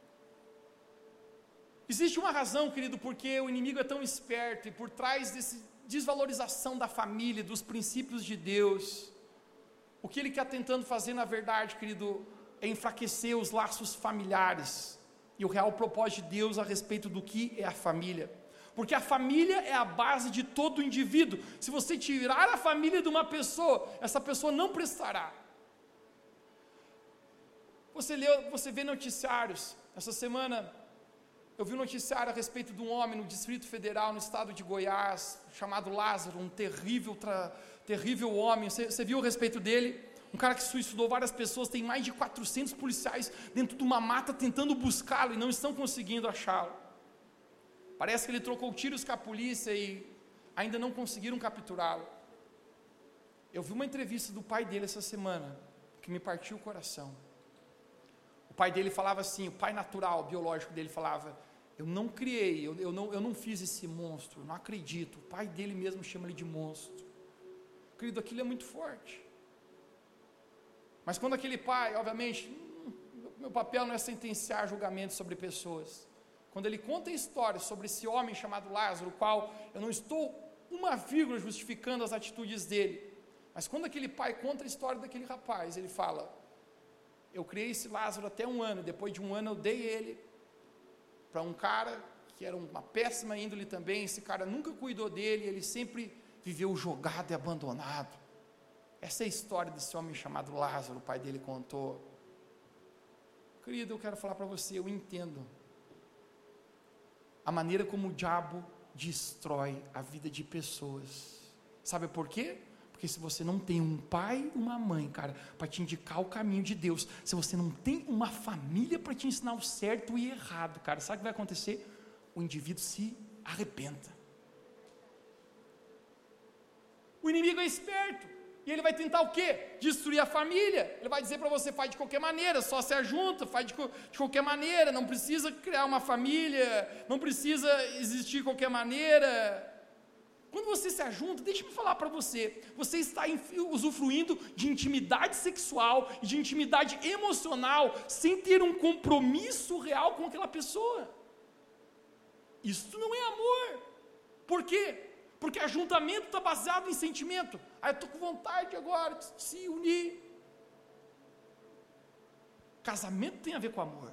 Existe uma razão, querido, porque o inimigo é tão esperto e por trás dessa desvalorização da família, dos princípios de Deus, o que ele está tentando fazer na verdade, querido, é enfraquecer os laços familiares e o real propósito de Deus a respeito do que é a família. Porque a família é a base de todo indivíduo. Se você tirar a família de uma pessoa, essa pessoa não prestará. Você leu, você vê noticiários. Essa semana eu vi um noticiário a respeito de um homem no Distrito Federal, no estado de Goiás, chamado Lázaro, um terrível, tra, terrível homem. Você, você viu a respeito dele? Um cara que suicidou várias pessoas, tem mais de quatrocentos policiais dentro de uma mata tentando buscá-lo e não estão conseguindo achá-lo. Parece que ele trocou tiros com a polícia e ainda não conseguiram capturá-lo. Eu vi uma entrevista do pai dele essa semana, que me partiu o coração. O pai dele falava assim, o pai natural, biológico dele falava, eu não criei, eu, eu, não, eu não fiz esse monstro, eu não acredito. O pai dele mesmo chama ele de monstro. Querido, aquilo é muito forte. Mas quando aquele pai, obviamente, meu papel não é sentenciar julgamentos sobre pessoas. Quando ele conta a história sobre esse homem chamado Lázaro, o qual eu não estou uma vírgula justificando as atitudes dele, mas quando aquele pai conta a história daquele rapaz, ele fala, eu criei esse Lázaro até um ano, depois de um ano eu dei ele para um cara que era uma péssima índole também, esse cara nunca cuidou dele, ele sempre viveu jogado e abandonado. Essa é a história desse homem chamado Lázaro, o pai dele contou. Querido, eu quero falar para você, eu entendo a maneira como o diabo destrói a vida de pessoas. Sabe por quê? Porque se você não tem um pai e uma mãe, cara, para te indicar o caminho de Deus, se você não tem uma família para te ensinar o certo e errado, cara, sabe o que vai acontecer? O indivíduo se arrebenta. O inimigo é esperto. E ele vai tentar o quê? Destruir a família. Ele vai dizer para você, faz de qualquer maneira, só se ajunta, faz de, de qualquer maneira, não precisa criar uma família, não precisa existir de qualquer maneira. Quando você se ajunta, deixa eu falar para você, você está usufruindo de intimidade sexual e de intimidade emocional, sem ter um compromisso real com aquela pessoa. Isso não é amor. Por quê? Porque ajuntamento está baseado em sentimento. Ah, eu estou com vontade agora de se unir. Casamento tem a ver com amor.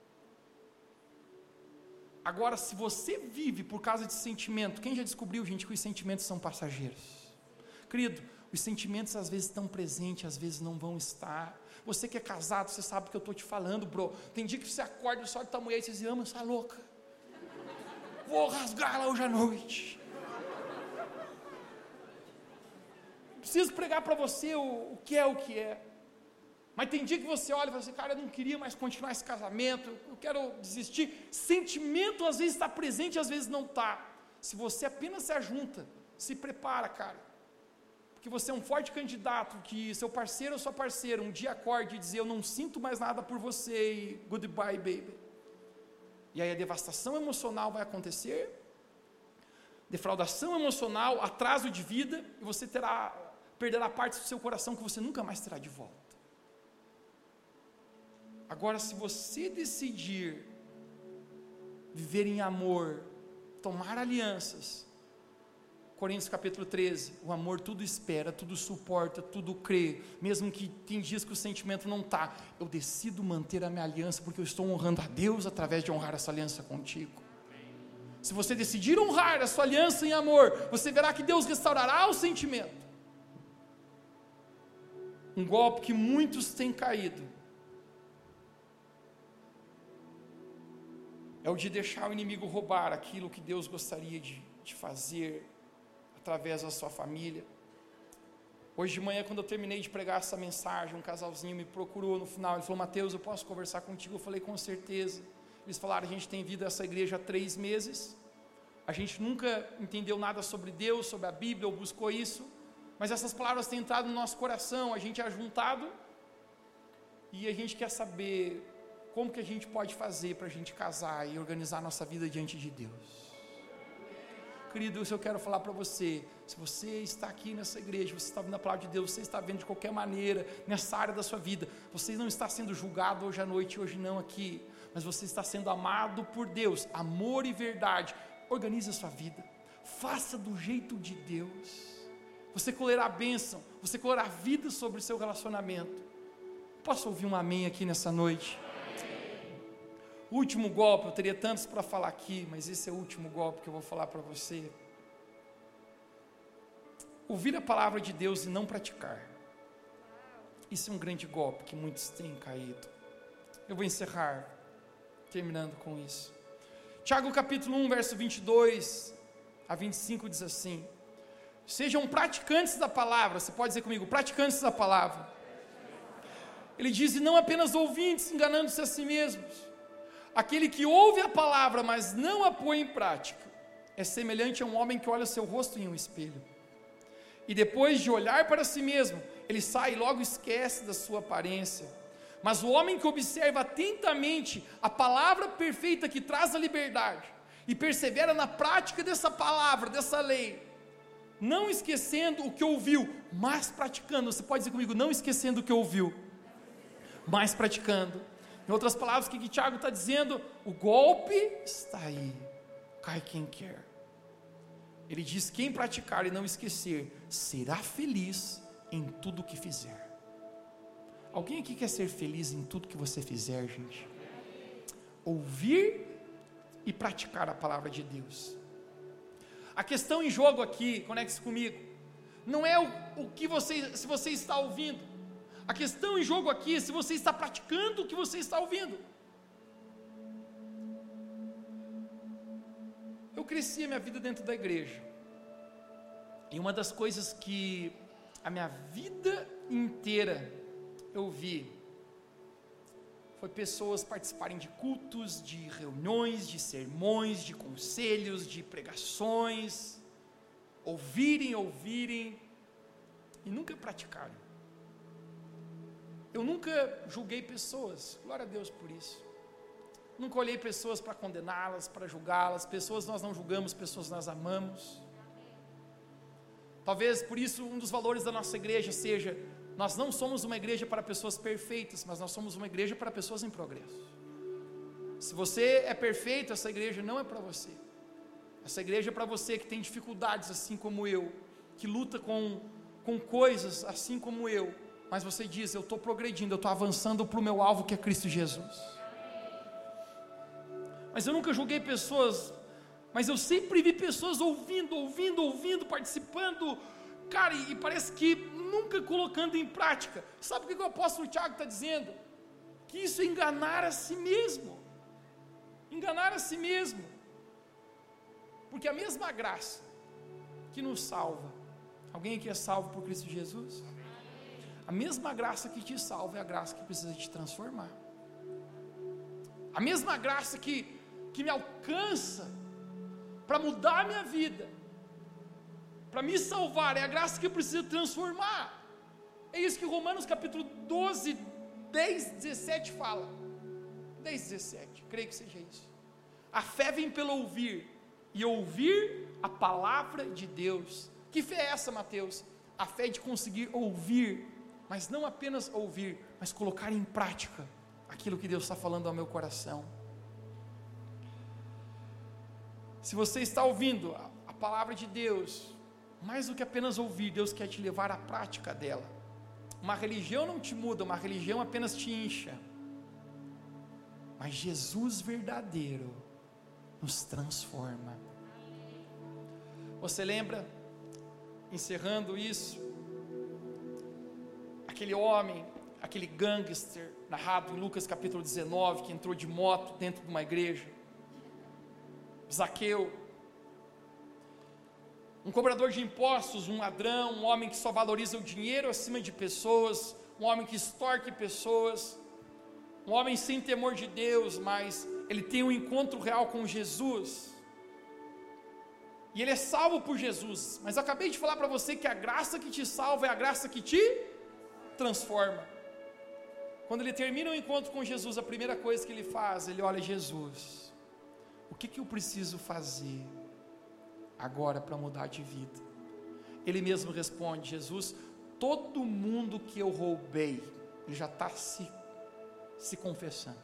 Agora, se você vive por causa de sentimento, quem já descobriu, gente, que os sentimentos são passageiros? Querido, os sentimentos às vezes estão presentes, às vezes não vão estar. Você que é casado, você sabe o que eu estou te falando, bro. Tem dia que você acorda e só de tua mulher e você diz, ama essa louca. Vou rasgar ela hoje à noite. Preciso pregar para você o, o que é o que é. Mas tem dia que você olha e fala assim, cara, eu não queria mais continuar esse casamento, eu quero desistir. Sentimento às vezes está presente, às vezes não está. Se você apenas se ajunta, se prepara, cara. Porque você é um forte candidato, que seu parceiro ou sua parceira um dia acorde e dizer, eu não sinto mais nada por você e goodbye, baby. E aí a devastação emocional vai acontecer, defraudação emocional, atraso de vida, e você terá, perderá parte do seu coração que você nunca mais terá de volta. Agora, se você decidir viver em amor, tomar alianças, Coríntios capítulo treze, o amor tudo espera, tudo suporta, tudo crê, mesmo que tem dias que o sentimento não está, eu decido manter a minha aliança, porque eu estou honrando a Deus através de honrar essa aliança contigo. Se você decidir honrar a sua aliança em amor, você verá que Deus restaurará o sentimento. Um golpe que muitos têm caído é o de deixar o inimigo roubar aquilo que Deus gostaria de, de fazer através da sua família. Hoje de manhã, quando eu terminei de pregar essa mensagem, um casalzinho me procurou no final, ele falou: Mateus, eu posso conversar contigo? Eu falei: com certeza. Eles falaram: a gente tem vindo a essa igreja há três meses, a gente nunca entendeu nada sobre Deus, sobre a Bíblia, ou buscou isso, mas essas palavras têm entrado no nosso coração, a gente é juntado, e a gente quer saber como que a gente pode fazer para a gente casar e organizar a nossa vida diante de Deus. Querido, isso eu quero falar para você. Se você está aqui nessa igreja, você está vendo a palavra de Deus, você está vendo de qualquer maneira, nessa área da sua vida, você não está sendo julgado hoje à noite, hoje não aqui, mas você está sendo amado por Deus, amor e verdade. Organize a sua vida, faça do jeito de Deus, você colherá a bênção, você colherá a vida sobre o seu relacionamento. Posso ouvir um amém aqui nessa noite? O último golpe, eu teria tantos para falar aqui, mas esse é o último golpe que eu vou falar para você. Ouvir a palavra de Deus e não praticar. Isso é um grande golpe que muitos têm caído. Eu vou encerrar, terminando com isso. Tiago capítulo um, verso vinte e dois a vinte e cinco diz assim: sejam praticantes da palavra. Você pode dizer comigo: praticantes da palavra. Ele diz: e não apenas ouvintes, enganando-se a si mesmos. Aquele que ouve a palavra, mas não a põe em prática, é semelhante a um homem que olha seu rosto em um espelho, e depois de olhar para si mesmo, ele sai e logo esquece da sua aparência. Mas o homem que observa atentamente a palavra perfeita que traz a liberdade, e persevera na prática dessa palavra, dessa lei, não esquecendo o que ouviu, mas praticando. Você pode dizer comigo: não esquecendo o que ouviu, mas praticando. Em outras palavras, o que, que Tiago está dizendo? O golpe está aí, cai quem quer. Ele diz: quem praticar e não esquecer, será feliz em tudo que fizer. Alguém aqui quer ser feliz em tudo que você fizer, gente? Ouvir e praticar a palavra de Deus. A questão em jogo aqui, conecte-se comigo, não é o, o que você, se você está ouvindo. A questão em jogo aqui é se você está praticando o que você está ouvindo. Eu cresci a minha vida dentro da igreja, e uma das coisas que a minha vida inteira eu vi foi pessoas participarem de cultos, de reuniões, de sermões, de conselhos, de pregações, ouvirem, ouvirem e nunca praticarem. Eu nunca julguei pessoas, glória a Deus por isso. Nunca olhei pessoas para condená-las, para julgá-las. Pessoas nós não julgamos, pessoas nós amamos. Talvez por isso um dos valores da nossa igreja seja: nós não somos uma igreja para pessoas perfeitas, mas nós somos uma igreja para pessoas em progresso. Se você é perfeito, essa igreja não é para você. Essa igreja é para você que tem dificuldades assim como eu, que luta com, com coisas assim como eu, mas você diz: eu estou progredindo, eu estou avançando para o meu alvo, que é Cristo Jesus. Mas eu nunca julguei pessoas, mas eu sempre vi pessoas ouvindo, ouvindo, ouvindo, participando, cara, e, e parece que nunca colocando em prática. Sabe o que o apóstolo Tiago está dizendo? Que isso é enganar a si mesmo, enganar a si mesmo, porque a mesma graça que nos salva, alguém aqui é salvo por Cristo Jesus? A mesma graça que te salva é a graça que precisa te transformar. A mesma graça que, que me alcança para mudar a minha vida, para me salvar, é a graça que precisa transformar. É isso que Romanos capítulo doze, dez, dezessete fala. dez, dezessete, creio que seja isso. A fé vem pelo ouvir, e ouvir a palavra de Deus. Que fé é essa, Mateus? A fé de conseguir ouvir, mas não apenas ouvir, mas colocar em prática aquilo que Deus está falando ao meu coração. Se você está ouvindo a, a palavra de Deus, mais do que apenas ouvir, Deus quer te levar à prática dela. Uma religião não te muda, uma religião apenas te incha. Mas Jesus verdadeiro nos transforma. Você lembra, encerrando isso, aquele homem, aquele gangster, narrado em Lucas capítulo dezenove, que entrou de moto dentro de uma igreja, Zaqueu, um cobrador de impostos, um ladrão, um homem que só valoriza o dinheiro acima de pessoas, um homem que extorque pessoas, um homem sem temor de Deus, mas ele tem um encontro real com Jesus, e ele é salvo por Jesus. Mas eu acabei de falar para você que a graça que te salva é a graça que te transforma. Quando ele termina o encontro com Jesus, a primeira coisa que ele faz, ele olha: Jesus, o que, que eu preciso fazer agora para mudar de vida? Ele mesmo responde: Jesus, todo mundo que eu roubei, ele já está se, se confessando.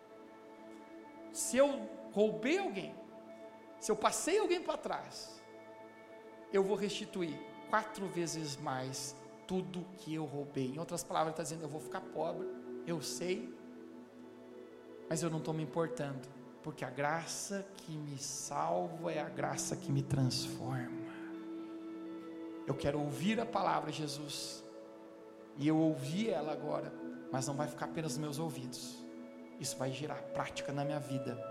Se eu roubei alguém, se eu passei alguém para trás, eu vou restituir quatro vezes mais tudo que eu roubei. Em outras palavras, ele está dizendo: eu vou ficar pobre, eu sei, mas eu não estou me importando, porque a graça que me salva é a graça que me transforma. Eu quero ouvir a palavra, Jesus, e eu ouvi ela agora, mas não vai ficar apenas nos meus ouvidos, isso vai gerar prática na minha vida.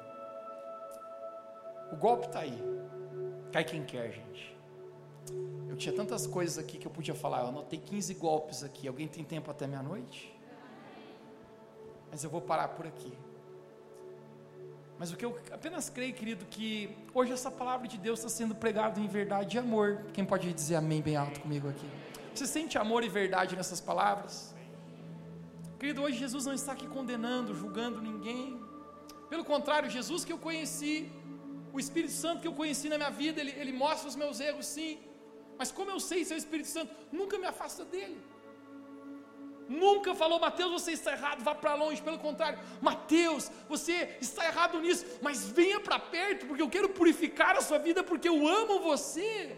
O golpe está aí, cai quem quer, gente. Eu tinha tantas coisas aqui que eu podia falar, eu anotei quinze golpes aqui. Alguém tem tempo até meia-noite? Mas eu vou parar por aqui. Mas o que eu apenas creio, querido, que hoje essa palavra de Deus está sendo pregada em verdade e amor. Quem pode dizer amém bem alto comigo aqui? Você sente amor e verdade nessas palavras? Querido, hoje Jesus não está aqui condenando, julgando ninguém. Pelo contrário, Jesus que eu conheci, o Espírito Santo que eu conheci na minha vida, ele, ele mostra os meus erros, sim. Mas como eu sei ser o Espírito Santo, nunca me afasta dele. Nunca falou: Mateus, você está errado, vá para longe. Pelo contrário: Mateus, você está errado nisso, mas venha para perto, porque eu quero purificar a sua vida, porque eu amo você.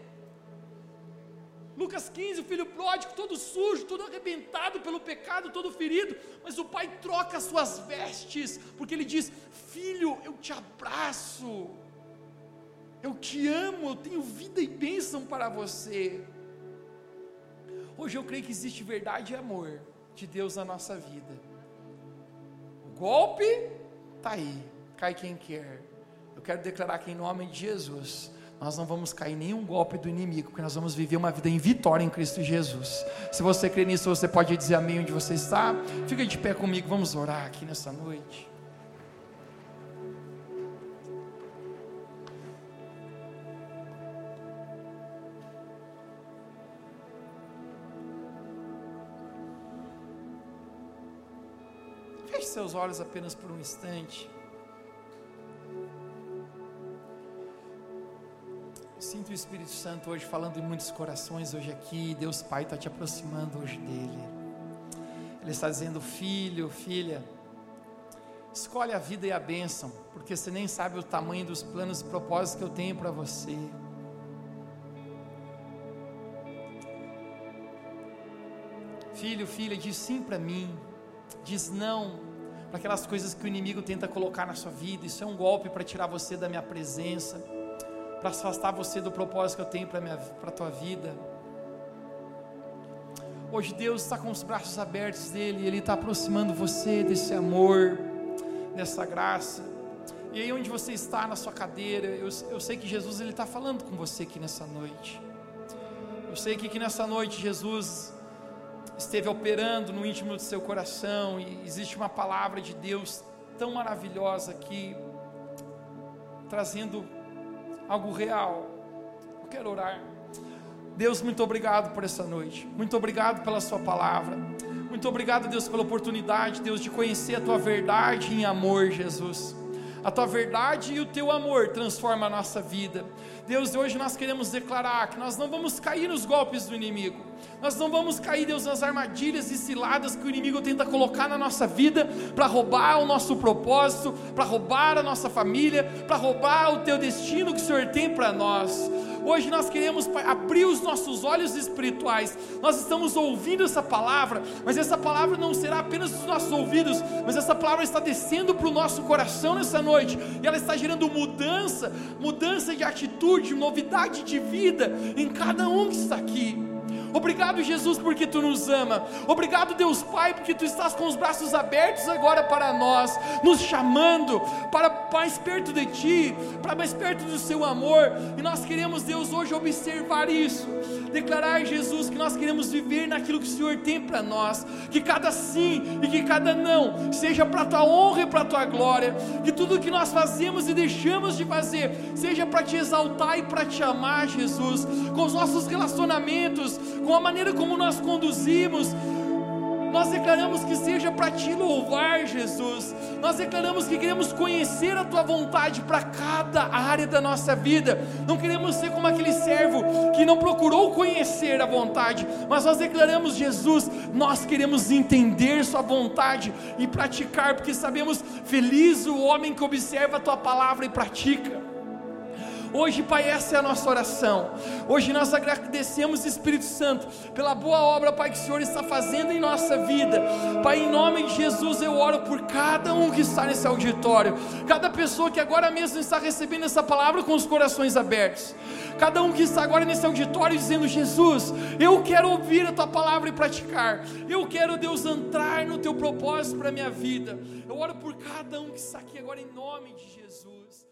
Lucas quinze, o filho pródigo, todo sujo, todo arrebentado pelo pecado, todo ferido, mas o pai troca as suas vestes, porque ele diz: filho, eu te abraço, eu te amo, eu tenho vida e bênção para você. Hoje eu creio que existe verdade e amor de Deus na nossa vida. O golpe está aí, cai quem quer. Eu quero declarar que em nome de Jesus, nós não vamos cair em nenhum golpe do inimigo, porque nós vamos viver uma vida em vitória em Cristo Jesus. Se você crê nisso, você pode dizer amém onde você está. Fica de pé comigo, vamos orar aqui nessa noite. Feche seus olhos apenas por um instante. Sinto o Espírito Santo hoje falando em muitos corações hoje aqui. Deus Pai está te aproximando hoje dele. Ele está dizendo: filho, filha, escolhe a vida e a bênção, porque você nem sabe o tamanho dos planos e propósitos que eu tenho para você. Filho, filha, diz sim para mim, diz não para aquelas coisas que o inimigo tenta colocar na sua vida. Isso é um golpe para tirar você da minha presença, para afastar você do propósito que eu tenho para a tua vida. Hoje Deus está com os braços abertos dele, Ele está aproximando você desse amor, dessa graça. E aí onde você está na sua cadeira, eu, eu sei que Jesus Ele está falando com você aqui nessa noite. Eu sei que aqui nessa noite Jesus esteve operando no íntimo do seu coração, e existe uma palavra de Deus tão maravilhosa aqui, trazendo algo real. Eu quero orar. Deus, muito obrigado por essa noite, muito obrigado pela sua palavra, muito obrigado, Deus, pela oportunidade, Deus, de conhecer a tua verdade em amor, Jesus. a tua verdade e o teu amor transforma a nossa vida. Deus, hoje nós queremos declarar que nós não vamos cair nos golpes do inimigo, nós não vamos cair, Deus, nas armadilhas e ciladas que o inimigo tenta colocar na nossa vida, para roubar o nosso propósito, para roubar a nossa família, para roubar o teu destino que o Senhor tem para nós. Hoje nós queremos, Pai, abrir os nossos olhos espirituais. Nós estamos ouvindo essa palavra, mas essa palavra não será apenas dos nossos ouvidos, mas essa palavra está descendo para o nosso coração nessa noite, e ela está gerando mudança, mudança de atitude, novidade de vida em cada um que está aqui. Obrigado, Jesus, porque Tu nos ama. Obrigado, Deus Pai, porque Tu estás com os braços abertos agora para nós, nos chamando para mais perto de Ti, para mais perto do Seu amor. E nós queremos, Deus, hoje observar isso, declarar, Jesus, que nós queremos viver naquilo que o Senhor tem para nós, que cada sim e que cada não seja para a Tua honra e para a Tua glória, que tudo que nós fazemos e deixamos de fazer seja para Te exaltar e para Te amar, Jesus, com os nossos relacionamentos, com a maneira como nós conduzimos. Nós declaramos que seja para Te louvar, Jesus. Nós declaramos que queremos conhecer a Tua vontade para cada área da nossa vida. Não queremos ser como aquele servo que não procurou conhecer a vontade, mas nós declaramos, Jesus, nós queremos entender Sua vontade e praticar, porque sabemos, feliz o homem que observa a Tua palavra e pratica. Hoje, Pai, essa é a nossa oração. Hoje nós agradecemos, Espírito Santo, pela boa obra, Pai, que o Senhor está fazendo em nossa vida. Pai, em nome de Jesus, eu oro por cada um que está nesse auditório, cada pessoa que agora mesmo está recebendo essa palavra com os corações abertos, cada um que está agora nesse auditório dizendo, Jesus, eu quero ouvir a Tua palavra e praticar, eu quero, Deus, entrar no Teu propósito para a minha vida. Eu oro por cada um que está aqui agora em nome de Jesus.